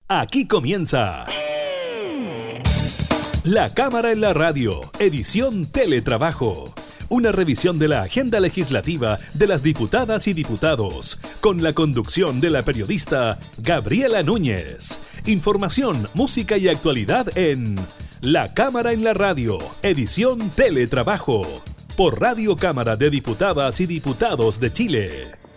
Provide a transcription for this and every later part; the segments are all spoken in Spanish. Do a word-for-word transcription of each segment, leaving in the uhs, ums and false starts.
Aquí comienza La Cámara en la Radio, edición Teletrabajo. Una revisión de la agenda legislativa de las diputadas y diputados, con la conducción de la periodista Gabriela Núñez. Información, música y actualidad en La Cámara en la Radio, edición Teletrabajo, por Radio Cámara de Diputadas y Diputados de Chile.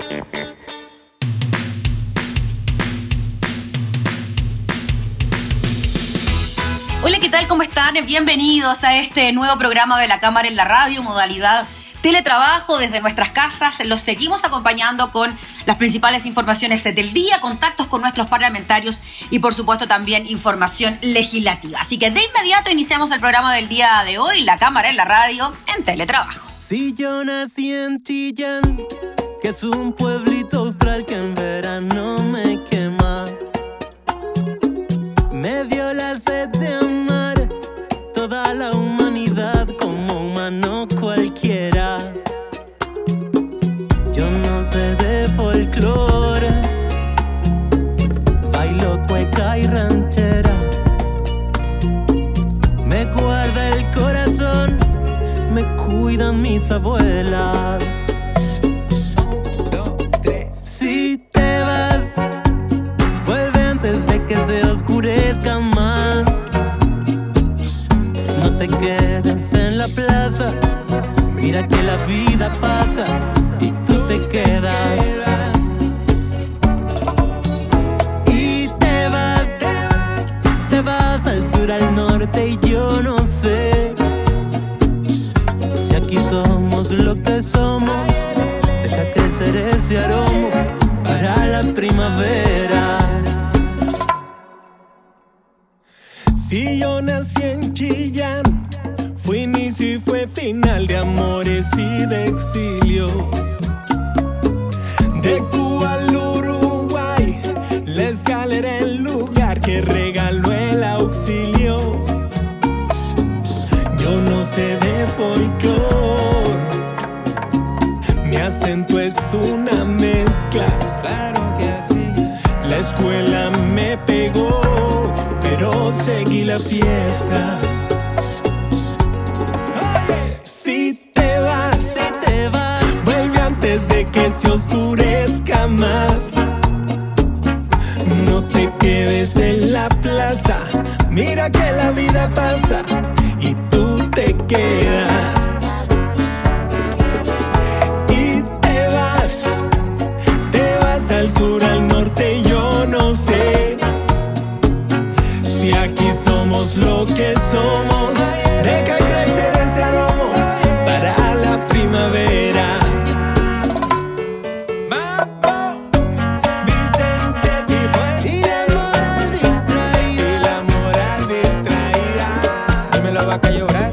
Hola, ¿qué tal? ¿Cómo están? Bienvenidos a este nuevo programa de La Cámara en la Radio, modalidad teletrabajo desde nuestras casas. Los seguimos acompañando con las principales informaciones del día, contactos con nuestros parlamentarios y, por supuesto, también información legislativa. Así que de inmediato iniciamos el programa del día de hoy, La Cámara en la Radio, en teletrabajo. Si yo nací en Chillán, que es un pueblito austral que en verano me quema, me dio la sed de amar toda la humanidad como humano cualquiera. Yo no sé de folclore, bailo cueca y ranchera. Me guarda el corazón, me cuidan mis abuelas. Si te vas, vuelve antes de que se oscurezca más. No te quedes en la plaza, mira que la vida pasa y tú te quedas. Y te vas, te vas al sur, al norte y yo no sé si aquí somos lo que somos. Deja crecer ese aroma para la primavera. Si yo nací en Chillán, fue inicio y fue final de amores y de exilio. De Cuba al Uruguay, la escalera el lugar que regaló el auxilio. Yo no sé de folclor, mi acento es una mezcla. Claro que así. La escuela me pegó, pero seguí la fiesta. Si te vas, si te vas, vuelve antes de que se oscurezca más. No te quedes en la plaza, mira que la vida pasa y tú te quedas. Y te vas, te vas al sur, al norte, yo no sé si aquí somos lo que somos. Deja crecer ese aroma para la primavera. Mambo, Vicente si fue y la moral distraída. Y la moral distraída. Dímelo, Vaca Lloras.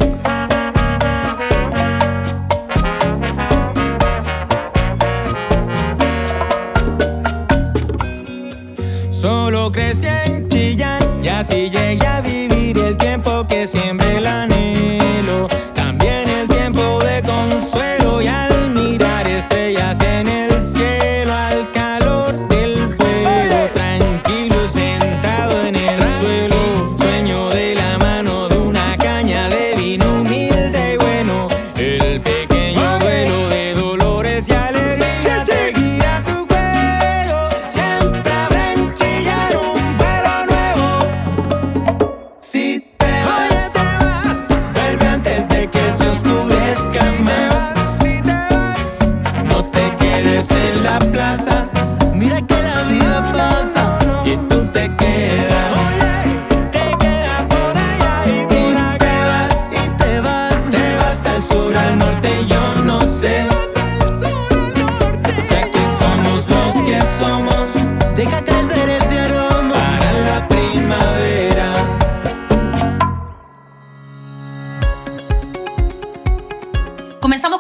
Solo crecí en Chillán y así llegué a vivir el tiempo que siempre el anhelo. También el tiempo de consuelo y al mirar estrellas en el cielo, al calor del fuego, tranquilo sentado en el suelo. Sueño de la mano de una caña de vino humilde y bueno. El pequeño duelo de dolores y alegría seguirá su juego. Siempre habrá en Chillán un vuelo nuevo. Si te vas, vuelve antes de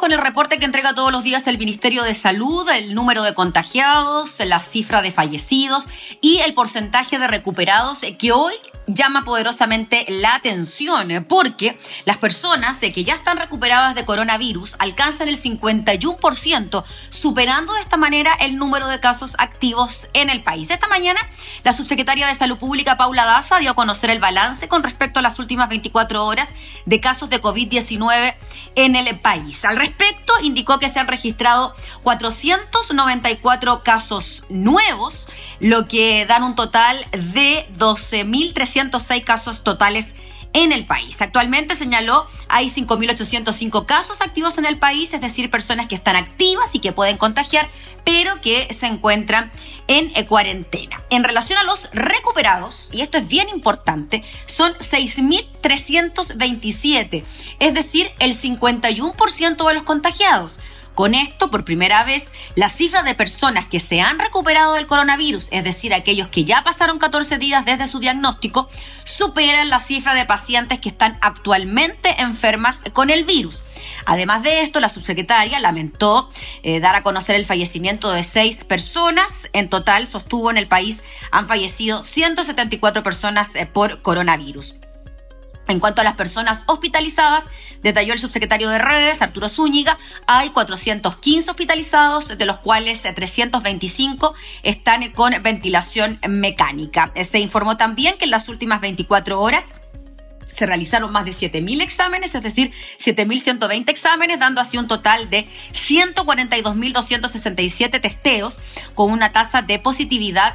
con el reporte que entrega todos los días el Ministerio de Salud, el número de contagiados, la cifra de fallecidos y el porcentaje de recuperados, que hoy llama poderosamente la atención porque las personas que ya están recuperadas de coronavirus alcanzan el cincuenta y uno por ciento, superando de esta manera el número de casos activos en el país. Esta mañana, la subsecretaria de Salud Pública, Paula Daza, dio a conocer el balance con respecto a las últimas veinticuatro horas de casos de covid diecinueve en el país. Al respecto, indicó que se han registrado cuatrocientos noventa y cuatro casos nuevos, lo que dan un total de doce mil trescientos seis casos totales en el país. Actualmente, señaló, hay cinco mil ochocientos cinco casos activos en el país, es decir, personas que están activas y que pueden contagiar, pero que se encuentran en cuarentena. En relación a los recuperados, y esto es bien importante, son seis mil trescientos veintisiete, es decir, el cincuenta y uno por ciento de los contagiados. Con esto, por primera vez, la cifra de personas que se han recuperado del coronavirus, es decir, aquellos que ya pasaron catorce días desde su diagnóstico, superan la cifra de pacientes que están actualmente enfermas con el virus. Además de esto, la subsecretaria lamentó eh, dar a conocer el fallecimiento de seis personas. En total, sostuvo, en el país han fallecido ciento setenta y cuatro personas eh, por coronavirus. En cuanto a las personas hospitalizadas, detalló el subsecretario de Redes, Arturo Zúñiga, hay cuatrocientos quince hospitalizados, de los cuales trescientos veinticinco están con ventilación mecánica. Se informó también que en las últimas veinticuatro horas se realizaron más de siete mil exámenes, es decir, siete mil ciento veinte exámenes, dando así un total de ciento cuarenta y dos mil doscientos sesenta y siete testeos, con una tasa de positividad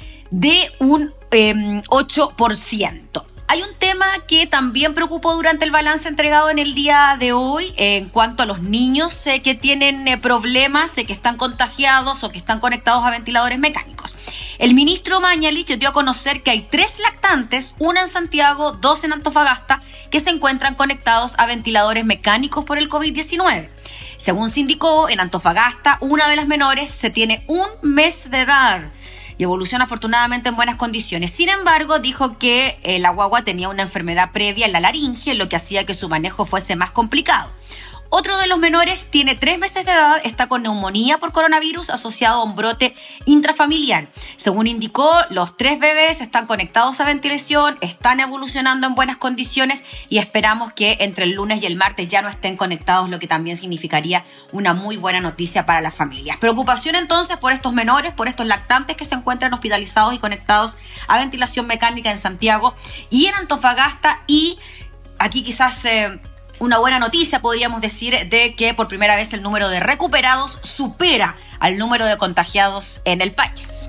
de un eh, ocho por ciento. Hay un tema que también preocupó durante el balance entregado en el día de hoy eh, en cuanto a los niños eh, que tienen eh, problemas, eh, que están contagiados o que están conectados a ventiladores mecánicos. El ministro Mañalich dio a conocer que hay tres lactantes, una en Santiago, dos en Antofagasta, que se encuentran conectados a ventiladores mecánicos por el covid diecinueve. Según se indicó, en Antofagasta, una de las menores se tiene un mes de edad y evoluciona afortunadamente en buenas condiciones. Sin embargo, dijo que eh, la guagua tenía una enfermedad previa en la laringe, lo que hacía que su manejo fuese más complicado. Otro de los menores tiene tres meses de edad, está con neumonía por coronavirus asociado a un brote intrafamiliar. Según indicó, los tres bebés están conectados a ventilación, están evolucionando en buenas condiciones y esperamos que entre el lunes y el martes ya no estén conectados, lo que también significaría una muy buena noticia para las familias. Preocupación entonces por estos menores, por estos lactantes que se encuentran hospitalizados y conectados a ventilación mecánica en Santiago y en Antofagasta, y aquí quizás Eh, una buena noticia, podríamos decir, de que por primera vez el número de recuperados supera al número de contagiados en el país.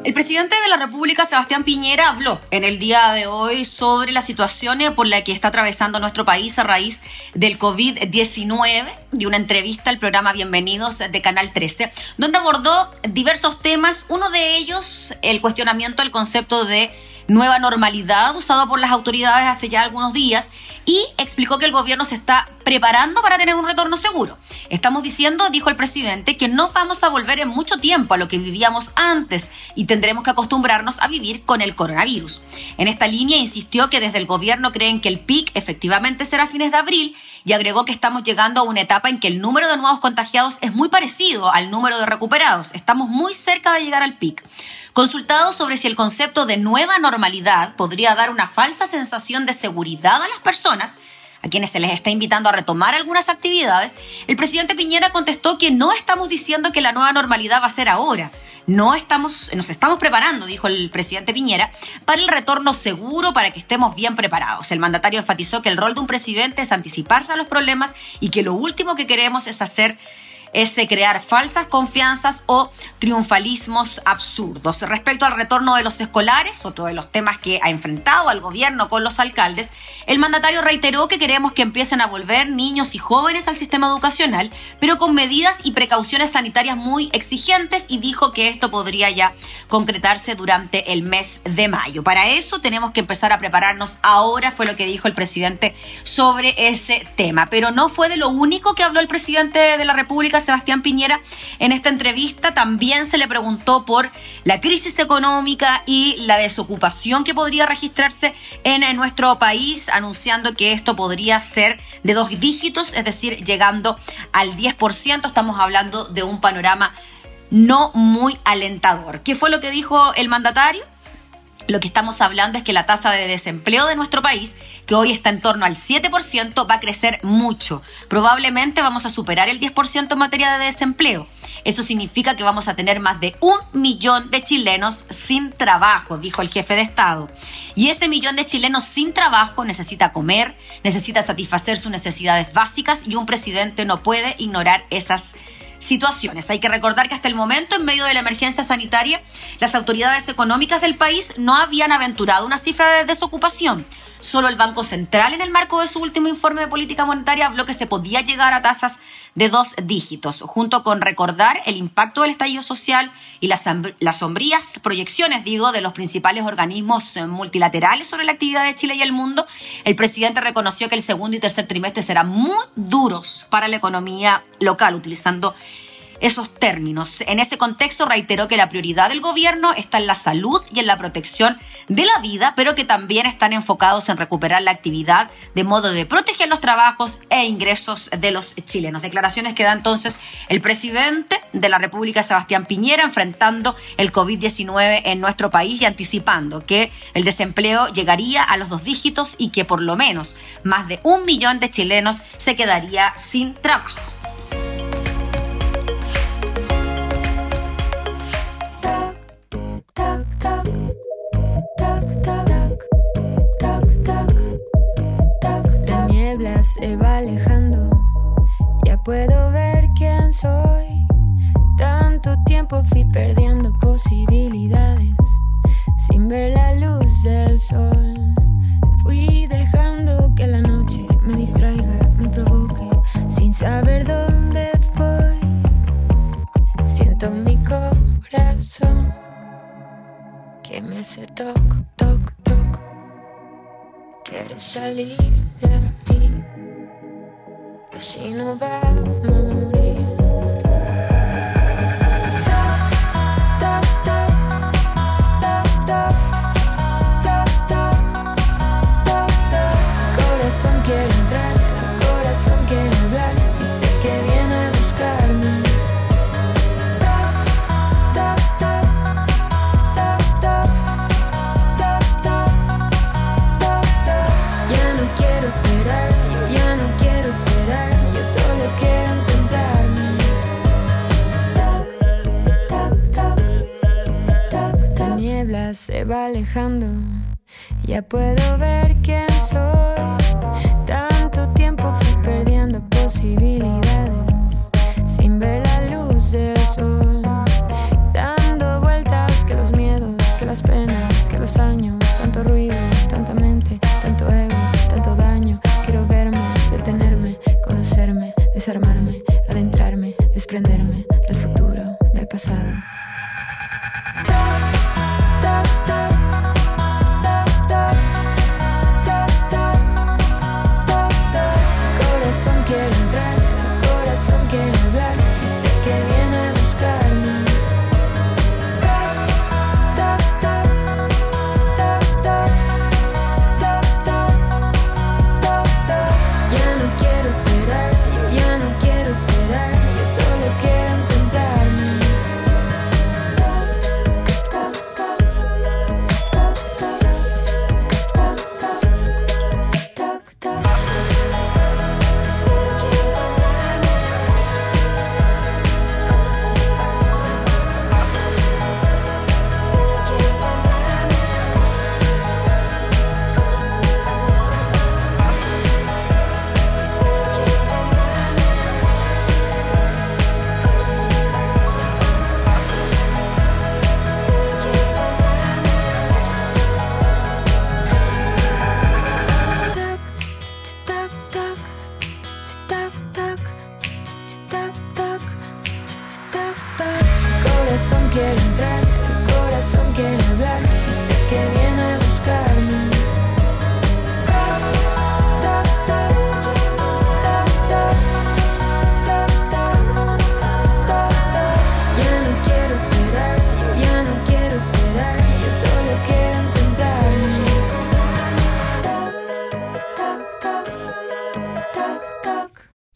El presidente de la República, Sebastián Piñera, habló en el día de hoy sobre la situación por la que está atravesando nuestro país a raíz del covid diecinueve, de una entrevista al programa Bienvenidos de Canal trece, donde abordó diversos temas, uno de ellos el cuestionamiento del concepto de nueva normalidad usado por las autoridades hace ya algunos días, y explicó que el gobierno se está preparando para tener un retorno seguro. Estamos diciendo, dijo el presidente, que no vamos a volver en mucho tiempo a lo que vivíamos antes y tendremos que acostumbrarnos a vivir con el coronavirus. En esta línea insistió que desde el gobierno creen que el pic efectivamente será a fines de abril y agregó que estamos llegando a una etapa en que el número de nuevos contagiados es muy parecido al número de recuperados. Estamos muy cerca de llegar al pic. Consultado sobre si el concepto de nueva normalidad podría dar una falsa sensación de seguridad a las personas, a quienes se les está invitando a retomar algunas actividades, el presidente Piñera contestó que no estamos diciendo que la nueva normalidad va a ser ahora. No estamos, nos estamos preparando, dijo el presidente Piñera, para el retorno seguro, para que estemos bien preparados. El mandatario enfatizó que el rol de un presidente es anticiparse a los problemas y que lo último que queremos es hacer es crear falsas confianzas o triunfalismos absurdos. Respecto al retorno de los escolares, otro de los temas que ha enfrentado al gobierno con los alcaldes, el mandatario reiteró que queremos que empiecen a volver niños y jóvenes al sistema educacional, pero con medidas y precauciones sanitarias muy exigentes, y dijo que esto podría ya concretarse durante el mes de mayo. Para eso tenemos que empezar a prepararnos ahora, fue lo que dijo el presidente sobre ese tema. Pero no fue de lo único que habló el presidente de la República, Sebastián Piñera. En esta entrevista también se le preguntó por la crisis económica y la desocupación que podría registrarse en nuestro país, anunciando que esto podría ser de dos dígitos, es decir, llegando al diez por ciento. Estamos hablando de un panorama no muy alentador. ¿Qué fue lo que dijo el mandatario? Lo que estamos hablando es que la tasa de desempleo de nuestro país, que hoy está en torno al siete por ciento, va a crecer mucho. Probablemente vamos a superar el diez por ciento en materia de desempleo. Eso significa que vamos a tener más de un millón de chilenos sin trabajo, dijo el jefe de Estado. Y ese millón de chilenos sin trabajo necesita comer, necesita satisfacer sus necesidades básicas, y un presidente no puede ignorar esas situaciones. Hay que recordar que hasta el momento, en medio de la emergencia sanitaria, las autoridades económicas del país no habían aventurado una cifra de desocupación. Solo el Banco Central, en el marco de su último informe de política monetaria, habló que se podía llegar a tasas de dos dígitos, junto con recordar el impacto del estallido social y las, las sombrías proyecciones, digo, de los principales organismos multilaterales sobre la actividad de Chile y el mundo. El presidente reconoció que el segundo y tercer trimestre serán muy duros para la economía local, utilizando esos términos. En ese contexto reiteró que la prioridad del gobierno está en la salud y en la protección de la vida, pero que también están enfocados en recuperar la actividad de modo de proteger los trabajos e ingresos de los chilenos. Declaraciones que da entonces el presidente de la República, Sebastián Piñera, enfrentando el covid diecinueve en nuestro país y anticipando que el desempleo llegaría a los dos dígitos y que por lo menos más de un millón de chilenos se quedaría sin trabajo. Se va alejando, ya puedo ver quién soy. Tanto tiempo fui perdiendo posibilidades, sin ver la luz del sol. Fui dejando que la noche me distraiga, me provoque, sin saber dónde voy. Siento mi corazón que me hace toc, toc, toc. Quieres salir de aquí, así no va a morir. Toc, toc, toc, toc, toc, toc, toc, toc. Corazón quiere entrar, tu corazón quiere hablar, y sé que viene a buscarme. Toc, toc, toc, toc, toc, toc, toc, toc. Ya no quiero esperar, ya no quiero esperar, yo solo quiero encontrarme. Toc, toc, toc, toc. La niebla se va alejando, ya puedo ver quién soy. Tanto tiempo fui perdiendo posibilidades, sin ver la luz del sol. Dando vueltas que los miedos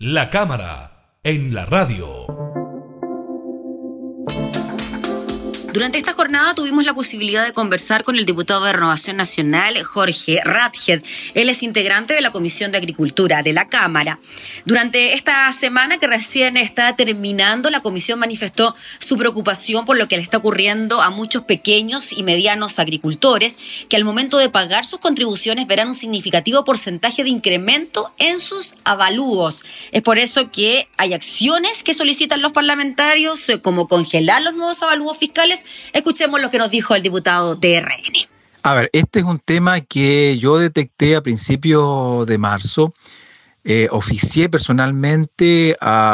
La cámara en la radio. Durante esta jornada tuvimos la posibilidad de conversar con el diputado de Renovación Nacional, Jorge Rathed. Él es integrante de la Comisión de Agricultura de la Cámara. Durante esta semana que recién está terminando, la comisión manifestó su preocupación por lo que le está ocurriendo a muchos pequeños y medianos agricultores que al momento de pagar sus contribuciones verán un significativo porcentaje de incremento en sus avalúos. Es por eso que hay acciones que solicitan los parlamentarios, como congelar los nuevos avalúos fiscales. Escuchemos lo que nos dijo el diputado de R N. A ver, este es un tema que yo detecté a principios de marzo. Eh, oficié personalmente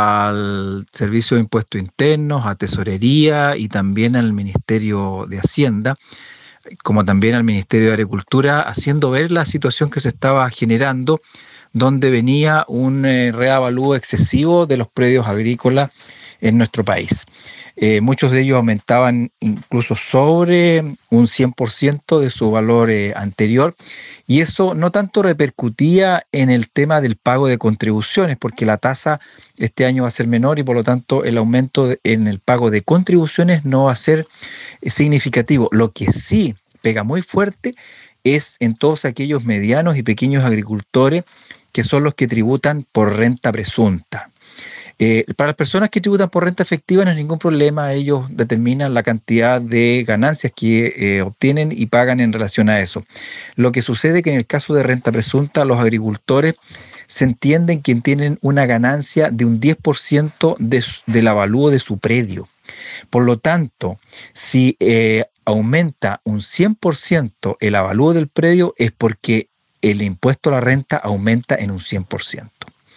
al Servicio de Impuestos Internos, a Tesorería y también al Ministerio de Hacienda, como también al Ministerio de Agricultura, haciendo ver la situación que se estaba generando, donde venía un eh, reavalúo excesivo de los predios agrícolas en nuestro país. Eh, muchos de ellos aumentaban incluso sobre un cien por ciento de su valor eh, anterior, y eso no tanto repercutía en el tema del pago de contribuciones, porque la tasa este año va a ser menor y por lo tanto el aumento de, en el pago de contribuciones no va a ser eh, significativo. Lo que sí pega muy fuerte es en todos aquellos medianos y pequeños agricultores que son los que tributan por renta presunta. Eh, para las personas que tributan por renta efectiva no hay ningún problema, ellos determinan la cantidad de ganancias que eh, obtienen y pagan en relación a eso. Lo que sucede es que en el caso de renta presunta, los agricultores se entienden que tienen una ganancia de un diez por ciento de, del avalúo de su predio. Por lo tanto, si eh, aumenta un cien por ciento el avalúo del predio es porque el impuesto a la renta aumenta en un cien por ciento.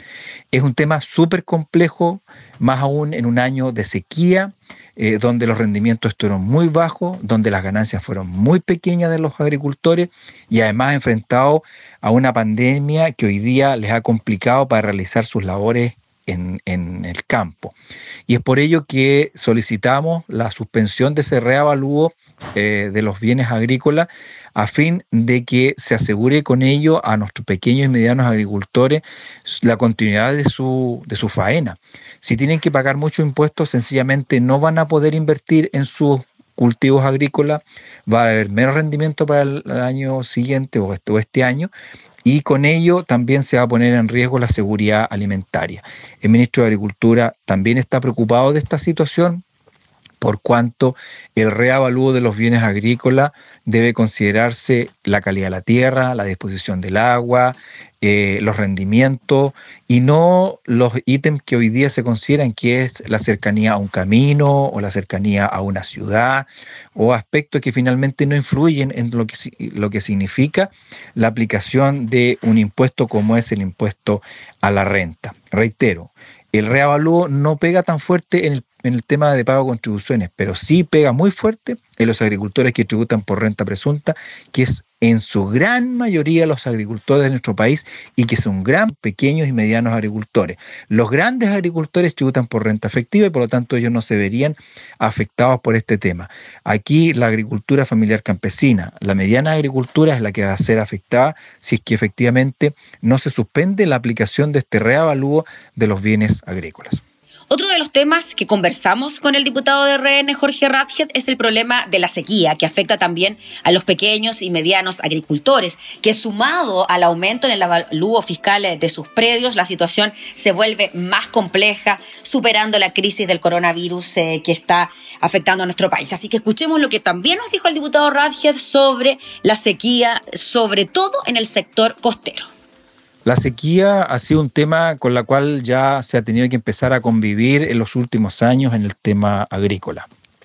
Es un tema súper complejo, más aún en un año de sequía, eh, donde los rendimientos estuvieron muy bajos, donde las ganancias fueron muy pequeñas de los agricultores y además enfrentado a una pandemia que hoy día les ha complicado para realizar sus labores en, en el campo. Y es por ello que solicitamos la suspensión de ese reavalúo eh, de los bienes agrícolas a fin de que se asegure con ello a nuestros pequeños y medianos agricultores la continuidad de su, de su faena. Si tienen que pagar muchos impuestos, sencillamente no van a poder invertir en sus cultivos agrícolas, va a haber menos rendimiento para el, el año siguiente o este, o este año, y con ello también se va a poner en riesgo la seguridad alimentaria. El ministro de Agricultura también está preocupado de esta situación, por cuanto el reavalúo de los bienes agrícolas debe considerarse la calidad de la tierra, la disposición del agua, eh, los rendimientos, y no los ítems que hoy día se consideran, que es la cercanía a un camino o la cercanía a una ciudad, o aspectos que finalmente no influyen en lo que, lo que significa la aplicación de un impuesto como es el impuesto a la renta. Reitero, el reavalúo no pega tan fuerte en el en el tema de pago de contribuciones, pero sí pega muy fuerte en los agricultores que tributan por renta presunta, que es en su gran mayoría los agricultores de nuestro país y que son gran, pequeños y medianos agricultores. Los grandes agricultores tributan por renta efectiva y por lo tanto ellos no se verían afectados por este tema. Aquí la agricultura familiar campesina, la mediana agricultura es la que va a ser afectada si es que efectivamente no se suspende la aplicación de este reavalúo de los bienes agrícolas. Otro de los temas que conversamos con el diputado de R N, Jorge Rathed, es el problema de la sequía, que afecta también a los pequeños y medianos agricultores, que sumado al aumento en el avalúo fiscal de sus predios, la situación se vuelve más compleja, superando la crisis del coronavirus eh, que está afectando a nuestro país. Así que escuchemos lo que también nos dijo el diputado Rathed sobre la sequía, sobre todo en el sector costero. La sequía ha sido un tema con el cual ya se ha tenido que empezar a convivir en los últimos años en el tema agrícola.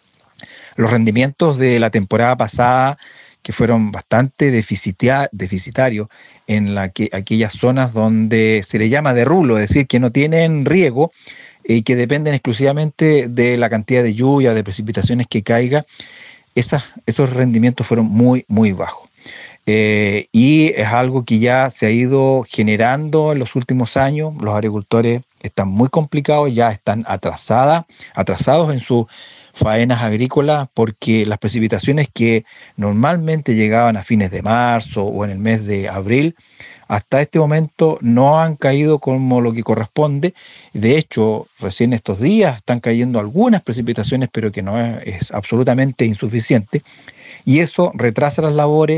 Los rendimientos de la temporada pasada, que fueron bastante deficitia- deficitarios en la que, aquellas zonas donde se le llama de rulo, es decir, que no tienen riego y que dependen exclusivamente de la cantidad de lluvia, de precipitaciones que caiga, esas, esos rendimientos fueron muy, muy bajos. Eh, y es algo que ya se ha ido generando en los últimos años. Los agricultores están muy complicados, ya están atrasada, atrasados en su faenas agrícolas, porque las precipitaciones que normalmente llegaban a fines de marzo o en el mes de abril, hasta este momento no han caído como lo que corresponde. De hecho, recién estos días están cayendo algunas precipitaciones, pero que no es, es absolutamente insuficiente. Y eso retrasa las labores,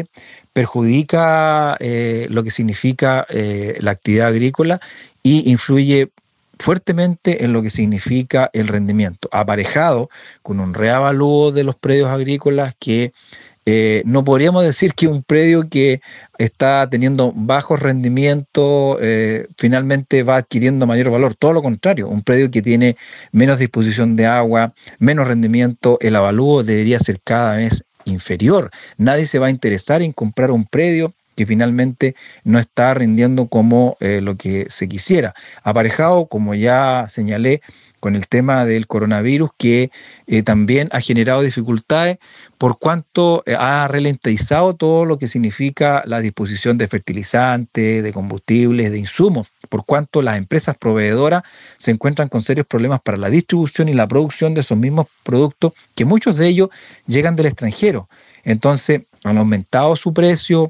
perjudica eh, lo que significa eh, la actividad agrícola y influye fuertemente en lo que significa el rendimiento, aparejado con un reavalúo de los predios agrícolas que eh, no podríamos decir que un predio que está teniendo bajos rendimientos eh, finalmente va adquiriendo mayor valor, todo lo contrario, un predio que tiene menos disposición de agua, menos rendimiento, el avalúo debería ser cada vez inferior. Nadie se va a interesar en comprar un predio que finalmente no está rindiendo como eh, lo que se quisiera. Aparejado, como ya señalé, con el tema del coronavirus, que eh, también ha generado dificultades por cuanto eh, ha ralentizado todo lo que significa la disposición de fertilizantes, de combustibles, de insumos, por cuanto las empresas proveedoras se encuentran con serios problemas para la distribución y la producción de esos mismos productos, que muchos de ellos llegan del extranjero. Entonces, han aumentado su precio,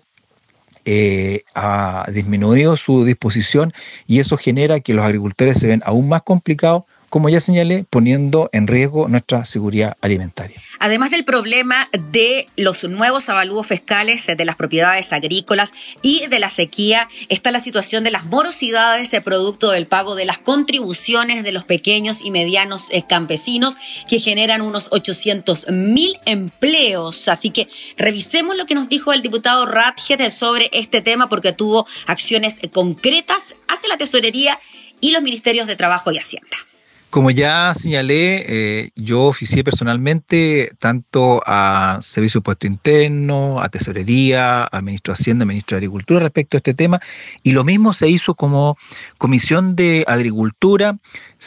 Eh, ha disminuido su disposición y eso genera que los agricultores se ven aún más complicados, como ya señalé, poniendo en riesgo nuestra seguridad alimentaria. Además del problema de los nuevos avalúos fiscales de las propiedades agrícolas y de la sequía, está la situación de las morosidades producto del pago de las contribuciones de los pequeños y medianos campesinos, que generan unos ochocientos mil empleos. Así que revisemos lo que nos dijo el diputado Radget sobre este tema, porque tuvo acciones concretas hacia la tesorería y los ministerios de Trabajo y Hacienda. Como ya señalé, eh, yo oficié personalmente tanto a Servicio de Impuesto Interno, a Tesorería, al Ministro de Hacienda, al Ministro de Agricultura respecto a este tema, y lo mismo se hizo como Comisión de Agricultura.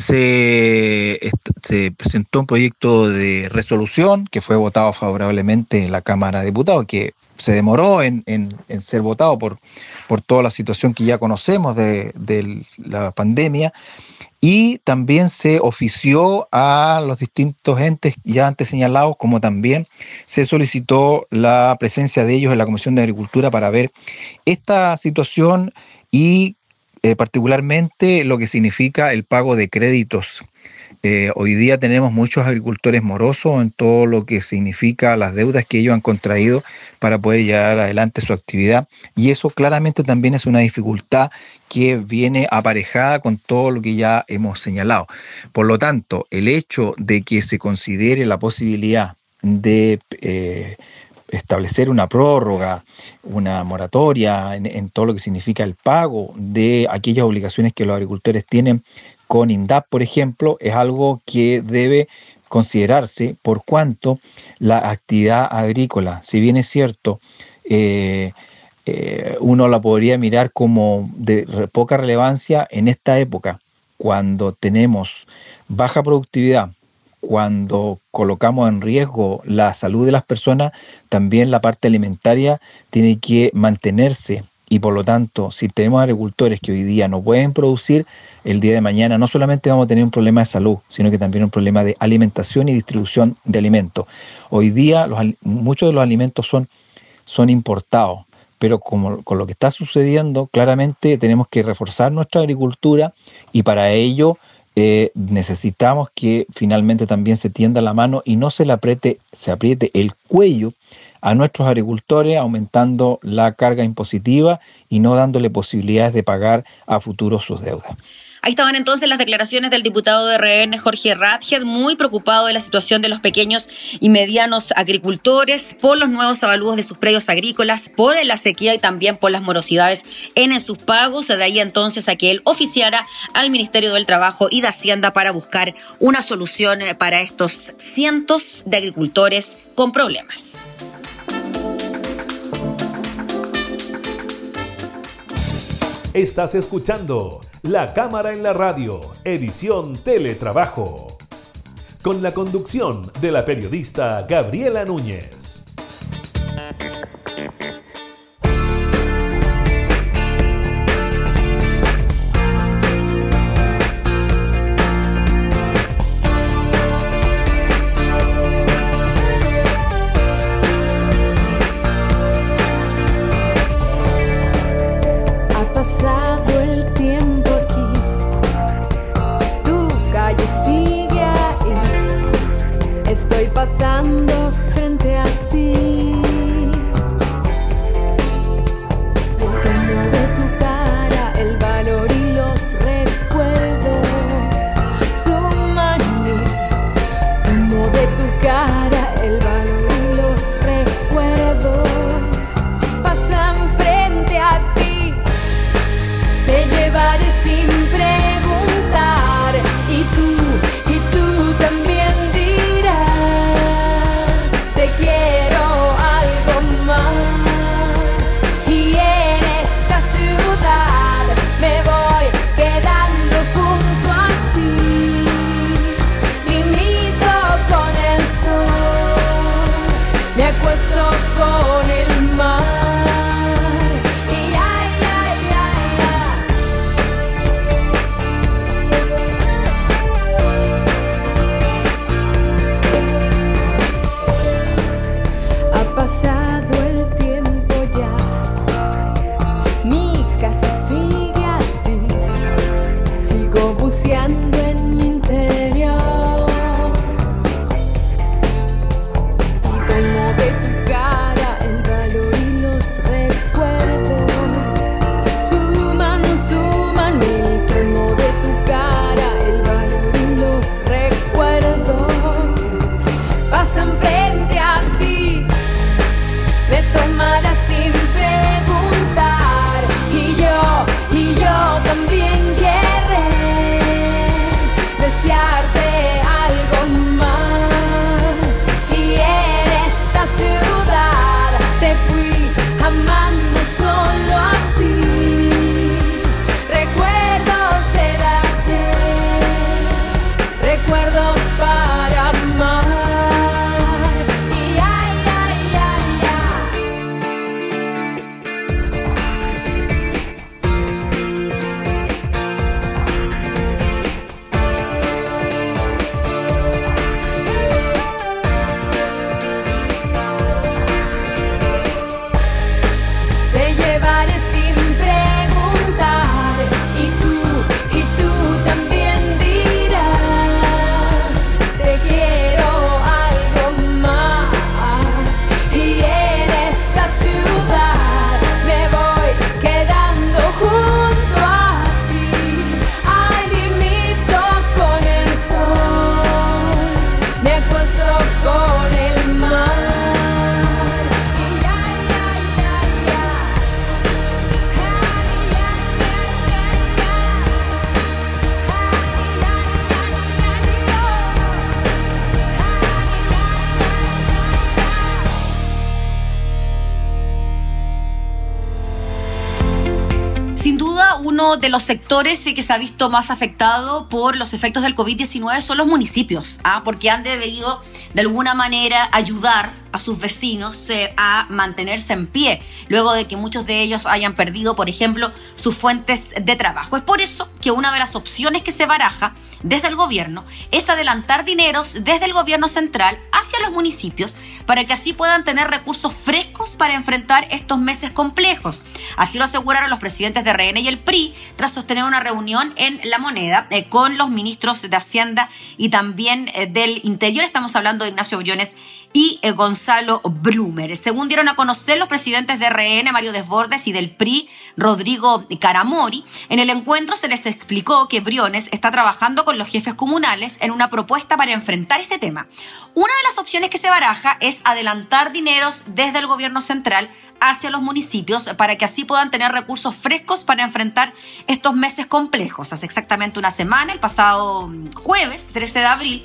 Se, se presentó un proyecto de resolución que fue votado favorablemente en la Cámara de Diputados, que se demoró en, en, en ser votado por, por toda la situación que ya conocemos de, de la pandemia. Y también se ofició a los distintos entes ya antes señalados, como también se solicitó la presencia de ellos en la Comisión de Agricultura para ver esta situación y eh, particularmente lo que significa el pago de créditos. Eh, hoy día tenemos muchos agricultores morosos en todo lo que significa las deudas que ellos han contraído para poder llevar adelante su actividad, y eso claramente también es una dificultad que viene aparejada con todo lo que ya hemos señalado. Por lo tanto, el hecho de que se considere la posibilidad de eh, establecer una prórroga, una moratoria en, en todo lo que significa el pago de aquellas obligaciones que los agricultores tienen con INDAP, por ejemplo, es algo que debe considerarse, por cuanto la actividad agrícola, si bien es cierto, eh, eh, uno la podría mirar como de poca relevancia en esta época, cuando tenemos baja productividad, cuando colocamos en riesgo la salud de las personas, también la parte alimentaria tiene que mantenerse. Y por lo tanto, si tenemos agricultores que hoy día no pueden producir, el día de mañana no solamente vamos a tener un problema de salud, sino que también un problema de alimentación y distribución de alimentos. Hoy día los, muchos de los alimentos son, son importados, pero como, con lo que está sucediendo, claramente tenemos que reforzar nuestra agricultura, y para ello eh, necesitamos que finalmente también se tienda la mano y no se le apriete, se apriete el cuello a nuestros agricultores, aumentando la carga impositiva y no dándole posibilidades de pagar a futuro sus deudas. Ahí estaban entonces las declaraciones del diputado de R N, Jorge Radget, muy preocupado de la situación de los pequeños y medianos agricultores por los nuevos avalúos de sus predios agrícolas, por la sequía y también por las morosidades en sus pagos. De ahí entonces a que él oficiara al Ministerio del Trabajo y de Hacienda para buscar una solución para estos cientos de agricultores con problemas. Estás escuchando La Cámara en la Radio, edición Teletrabajo, con la conducción de la periodista Gabriela Núñez. me acuesto con el mar. Y ay, ay, ay, ay. Ha pasado el tiempo ya, mi casa sigue así, sigo buceando en mi interior. De tu cara el valor y los recuerdos suman, suman mil. Tomo de tu cara el valor y los recuerdos pasan frente a ti, me tomarás sin preguntar. Y yo, y yo también querré desearte algo más. Y esta ciudad te fui amando solo a ti. Recuerdos del ayer, recuerdos para amar. Y ay, ay, ay, te llevaré sin preguntar. Y tú, y tú también dirás, te quiero algo más. Y en esta ciudad me voy quedando junto a ti. Ay, limito con el sol, me acuesto con el mar. Y ay, ay, ay, ay. Sin duda, uno de los sectores que se ha visto más afectado por los efectos del COVID diecinueve son los municipios, ¿ah? Porque han debido de alguna manera ayudar a sus vecinos eh, a mantenerse en pie, luego de que muchos de ellos hayan perdido, por ejemplo, sus fuentes de trabajo. Es por eso que una de las opciones que se baraja desde el gobierno es adelantar dineros desde el gobierno central hacia los municipios para que así puedan tener recursos frescos para enfrentar estos meses complejos. Así lo aseguraron los presidentes de R N y el P R I tras sostener una reunión en La Moneda eh, con los ministros de Hacienda y también eh, del Interior. Estamos hablando de Ignacio Briones y eh, Gonzalo Blumer. Según dieron a conocer los presidentes de R N, Mario Desbordes, y del P R I, Rodrigo Caramori, en el encuentro se les explicó que Briones está trabajando con los jefes comunales en una propuesta para enfrentar este tema. Una de las opciones que se baraja es adelantar dineros desde el gobierno central hacia los municipios para que así puedan tener recursos frescos para enfrentar estos meses complejos. Hace exactamente una semana, el pasado jueves, trece de abril,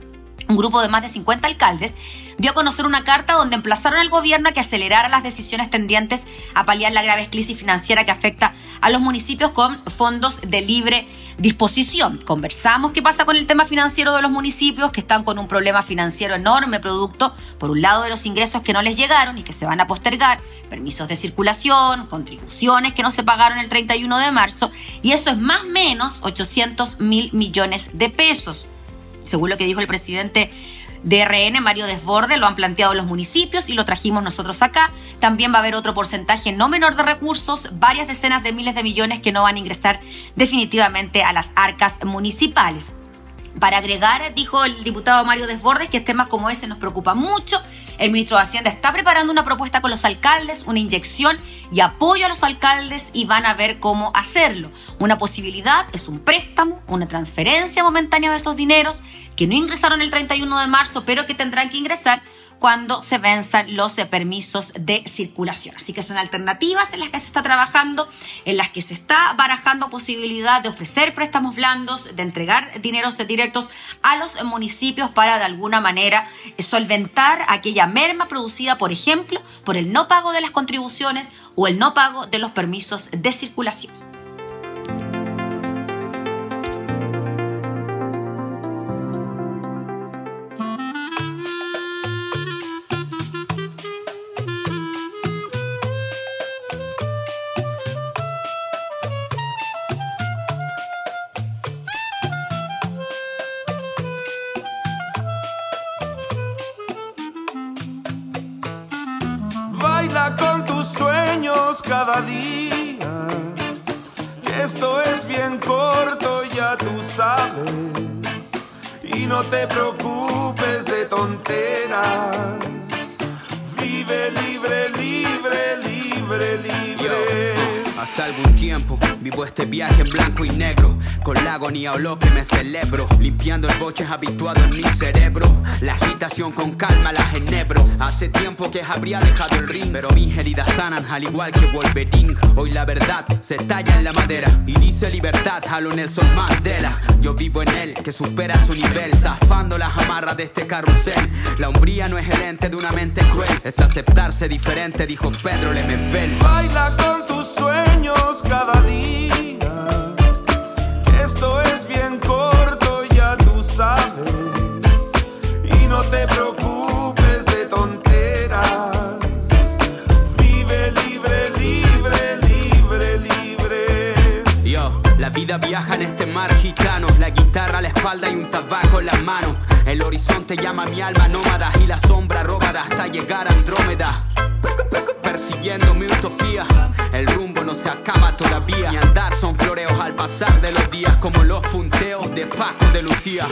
un grupo de más de cincuenta alcaldes dio a conocer una carta donde emplazaron al gobierno a que acelerara las decisiones tendientes a paliar la grave crisis financiera que afecta a los municipios con fondos de libre disposición. Conversamos qué pasa con el tema financiero de los municipios, que están con un problema financiero enorme, producto, por un lado, de los ingresos que no les llegaron y que se van a postergar, permisos de circulación, contribuciones que no se pagaron el treinta y uno de marzo, y eso es más o menos ochocientos mil millones de pesos. Según lo que dijo el presidente de R N, Mario Desbordes, lo han planteado los municipios y lo trajimos nosotros acá. También va a haber otro porcentaje no menor de recursos, varias decenas de miles de millones que no van a ingresar definitivamente a las arcas municipales. Para agregar, dijo el diputado Mario Desbordes, que temas como ese nos preocupan mucho. El ministro de Hacienda está preparando una propuesta con los alcaldes, una inyección y apoyo a los alcaldes, y van a ver cómo hacerlo. Una posibilidad es un préstamo, una transferencia momentánea de esos dineros que no ingresaron el treinta y uno de marzo, pero que tendrán que ingresar cuando se venzan los permisos de circulación. Así que son alternativas en las que se está trabajando, en las que se está barajando posibilidad de ofrecer préstamos blandos, de entregar dineros directos a los municipios para de alguna manera solventar aquella merma producida, por ejemplo, por el no pago de las contribuciones o el no pago de los permisos de circulación. Baila con tus sueños cada día, que esto es bien corto, ya tú sabes. Y no te preocupes de tonteras. Vive libre, libre, libre, libre. Yo, hace algún tiempo vivo este viaje en blanco y negro, con la agonía o lo que me celebro, limpiando el boche habituado en mi cerebro. La agitación con calma la enebro. Hace tiempo que habría dejado el ring, pero mis heridas sanan al igual que Wolverine. Hoy la verdad se talla en la madera y dice libertad a lo Nelson Mandela. Yo vivo en él que supera su nivel, zafando las amarras de este carrusel. La hombría no es el ente de una mente cruel, es aceptarse diferente, dijo Pedro Lemebel. Baila con tus sueños cada día, que esto es bien corto, ya tú sabes. Y no te preocupes de tonteras. Vive libre, libre, libre, libre. Yo, la vida viaja en este mar gitano, la guitarra a la espalda y un tabaco en las manos. El horizonte llama a mi alma nómada y la sombra róbada hasta llegar a Andrómeda. Persiguiendo mi utopía, el rumbo no se acaba todavía. Mi andar son floreos al pasar de los días, como los punteos de Paco de Lucía.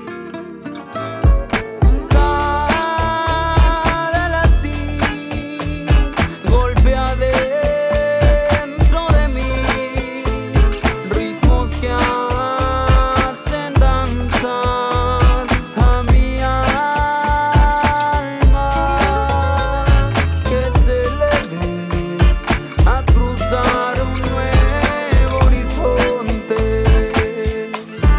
Cada latín golpea dentro de mí, ritmos que hacen danzar a mi alma, que se eleve a cruzar un nuevo horizonte.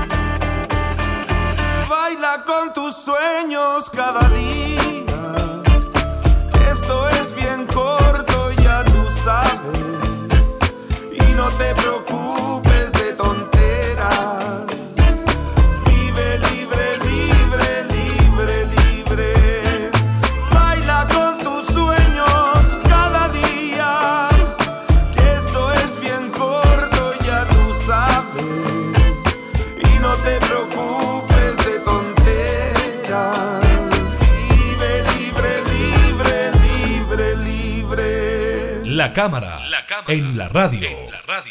Baila con tus sueños cada día, que esto es bien corto, ya tú sabes. Y no te preocupes de tonteras. Vive libre, libre, libre, libre. Baila con tus sueños cada día, que esto es bien corto, ya tú sabes. Y no te preocupes de tonteras. Vive libre, libre, libre, libre. La cámara, la cámara en la radio. En la radio.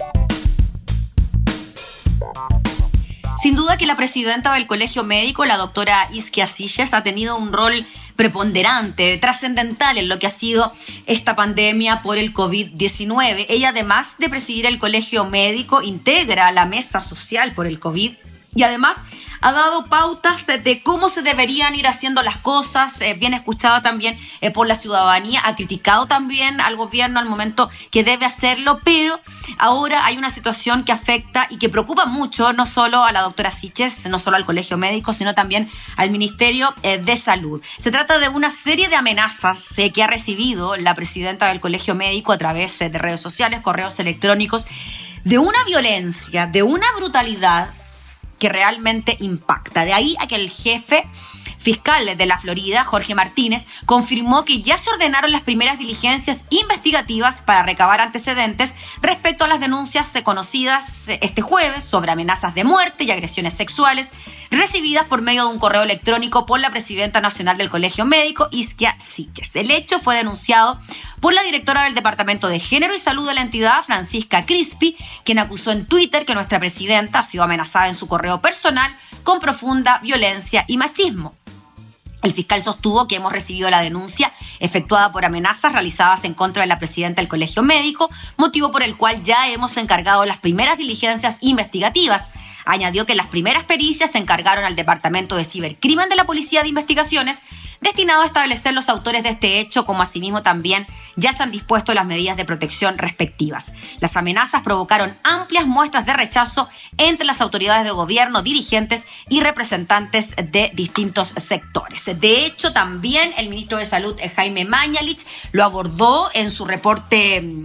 Sin duda que la presidenta del Colegio Médico, la doctora Isquia Siches, ha tenido un rol preponderante, trascendental en lo que ha sido esta pandemia por el covid diecinueve. Ella, además de presidir el Colegio Médico, integra la mesa social por el COVID y además ha dado pautas de cómo se deberían ir haciendo las cosas, eh, bien escuchada también eh, por la ciudadanía, ha criticado también al gobierno al momento que debe hacerlo, pero ahora hay una situación que afecta y que preocupa mucho, no solo a la doctora Siches, no solo al Colegio Médico, sino también al Ministerio eh, de Salud. Se trata de una serie de amenazas eh, que ha recibido la presidenta del Colegio Médico a través eh, de redes sociales, correos electrónicos, de una violencia, de una brutalidad que realmente impacta. De ahí a que el jefe fiscal de la Florida, Jorge Martínez, confirmó que ya se ordenaron las primeras diligencias investigativas para recabar antecedentes respecto a las denuncias conocidas este jueves sobre amenazas de muerte y agresiones sexuales recibidas por medio de un correo electrónico por la presidenta nacional del Colegio Médico, Isquia Siches. El hecho fue denunciado por la directora del Departamento de Género y Salud de la entidad, Francisca Crispi, quien acusó en Twitter que nuestra presidenta ha sido amenazada en su correo personal con profunda violencia y machismo. El fiscal sostuvo que hemos recibido la denuncia efectuada por amenazas realizadas en contra de la presidenta del Colegio Médico, motivo por el cual ya hemos encargado las primeras diligencias investigativas. Añadió que las primeras pericias se encargaron al Departamento de Cibercrimen de la Policía de Investigaciones, destinado a establecer los autores de este hecho, como asimismo también ya se han dispuesto las medidas de protección respectivas. Las amenazas provocaron amplias muestras de rechazo entre las autoridades de gobierno, dirigentes y representantes de distintos sectores. De hecho, también el ministro de Salud, Jaime Mañalich, lo abordó en su reporte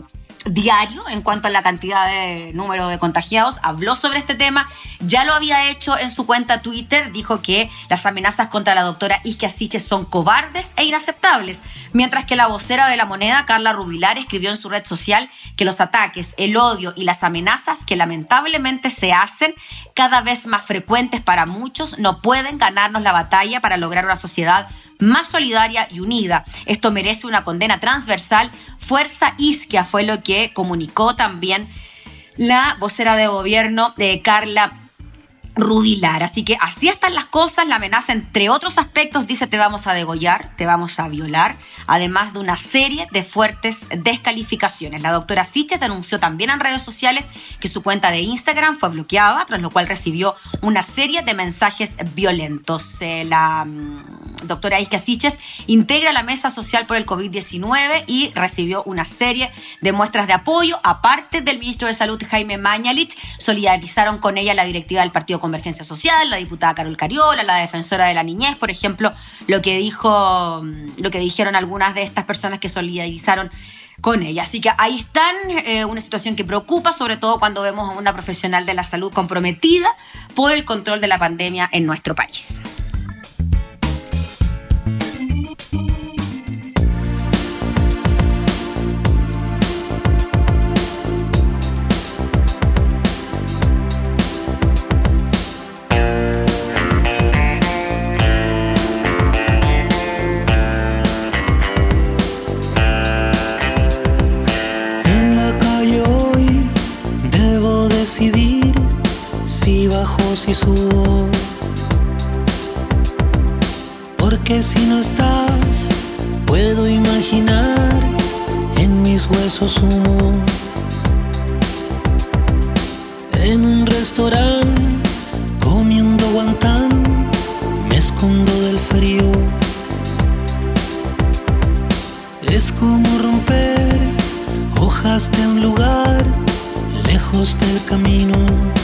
diario en cuanto a la cantidad de número de contagiados, habló sobre este tema, ya lo había hecho en su cuenta Twitter, dijo que las amenazas contra la doctora Isquia Siches son cobardes e inaceptables, mientras que la vocera de La Moneda, Carla Rubilar, escribió en su red social que los ataques, el odio y las amenazas que lamentablemente se hacen cada vez más frecuentes para muchos no pueden ganarnos la batalla para lograr una sociedad más solidaria y unida. Esto merece una condena transversal. Fuerza Isquia fue lo que comunicó también la vocera de gobierno de Carla Rubilar. Así que así están las cosas. La amenaza, entre otros aspectos, dice: te vamos a degollar, te vamos a violar, además de una serie de fuertes descalificaciones. La doctora Siches denunció también en redes sociales que su cuenta de Instagram fue bloqueada, tras lo cual recibió una serie de mensajes violentos. Eh, la mmm, doctora Isquia Siches integra la Mesa Social por el COVID diecinueve y recibió una serie de muestras de apoyo. Aparte del ministro de Salud, Jaime Mañalich, solidarizaron con ella la directiva del Partido Convergencia Social, la diputada Carol Cariola, la defensora de la niñez, por ejemplo, lo que dijo, lo que dijeron algunas de estas personas que solidarizaron con ella. Así que ahí están, eh, una situación que preocupa, sobre todo cuando vemos a una profesional de la salud comprometida por el control de la pandemia en nuestro país. Decidir si bajo, si subo, porque si no estás puedo imaginar en mis huesos humo. En un restaurante comiendo guantán me escondo del frío. Es como romper hojas de un lugar lejos del camino.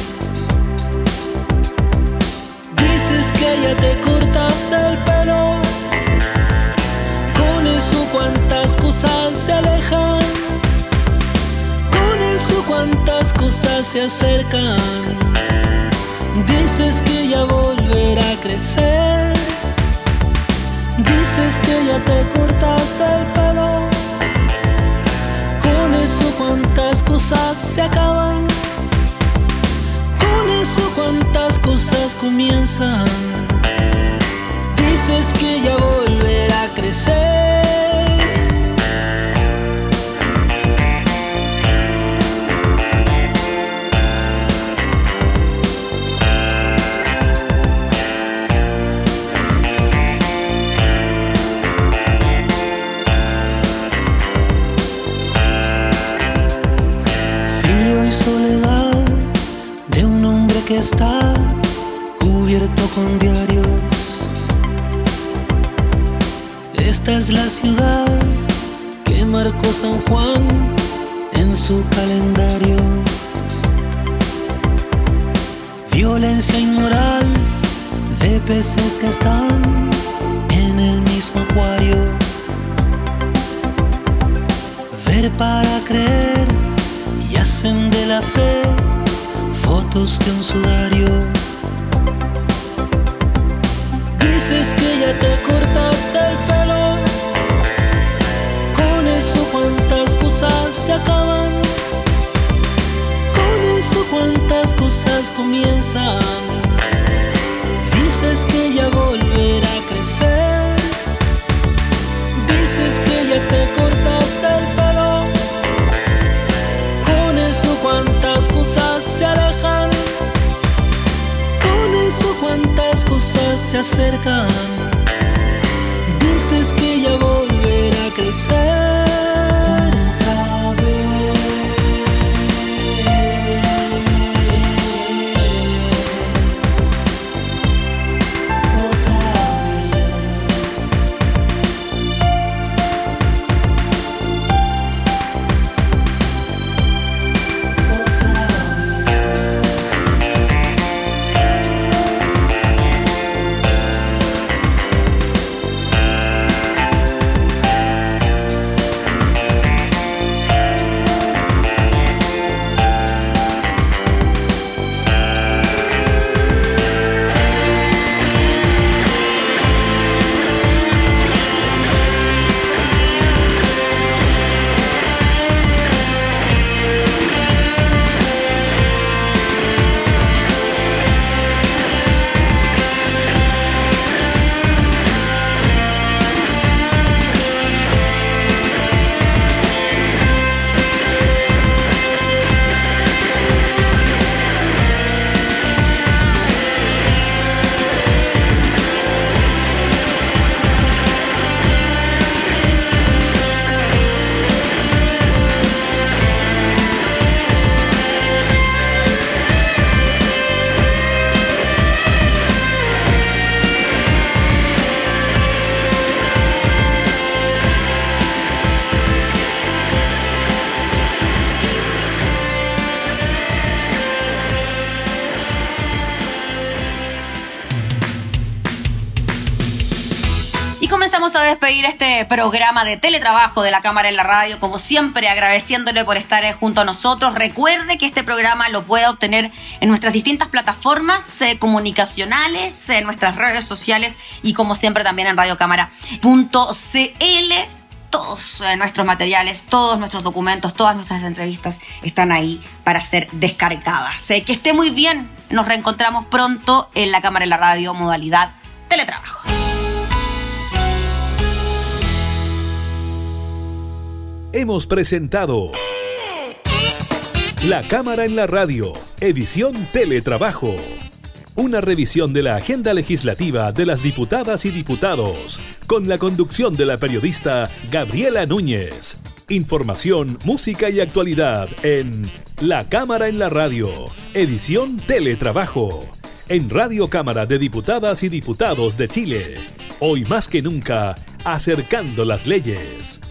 Dices que ya te cortaste el pelo, con eso cuántas cosas se alejan, con eso cuántas cosas se acercan. Dices que ya volverá a crecer, dices que ya te cortaste el pelo, con eso cuántas cosas se acaban, con eso cuántas cosas comienzan. Dices que ya volverá a crecer. Soledad de un hombre que está cubierto con diarios. Esta es la ciudad que marcó San Juan en su calendario. Violencia inmoral de peces que están en el mismo acuario. Ver para creer, y hacen de la fe fotos de un sudario. Dices que ya te cortaste el pelo, con eso cuántas cosas se acaban, con eso cuántas cosas comienzan. Dices que ya volverá a crecer, dices que ya te cortaste el pelo, con eso cuántas cosas se alejan, con eso cuántas cosas se acercan. Dices que ya volverá a crecer otra vez. Otra vez. vamos a despedir este programa de teletrabajo de la Cámara en la Radio, como siempre agradeciéndole por estar junto a nosotros. Recuerde que este programa lo puede obtener en nuestras distintas plataformas eh, comunicacionales, en nuestras redes sociales y como siempre también en radiocámara punto c l. Todos eh, nuestros materiales, todos nuestros documentos, todas nuestras entrevistas están ahí para ser descargadas. Eh, que esté muy bien. Nos reencontramos pronto en la Cámara en la Radio, modalidad teletrabajo. Hemos presentado La Cámara en la Radio, edición Teletrabajo. Una revisión de la agenda legislativa de las diputadas y diputados, con la conducción de la periodista Gabriela Núñez. Información, música y actualidad en La Cámara en la Radio, edición Teletrabajo. En Radio Cámara de Diputadas y Diputados de Chile. Hoy más que nunca, acercando las leyes.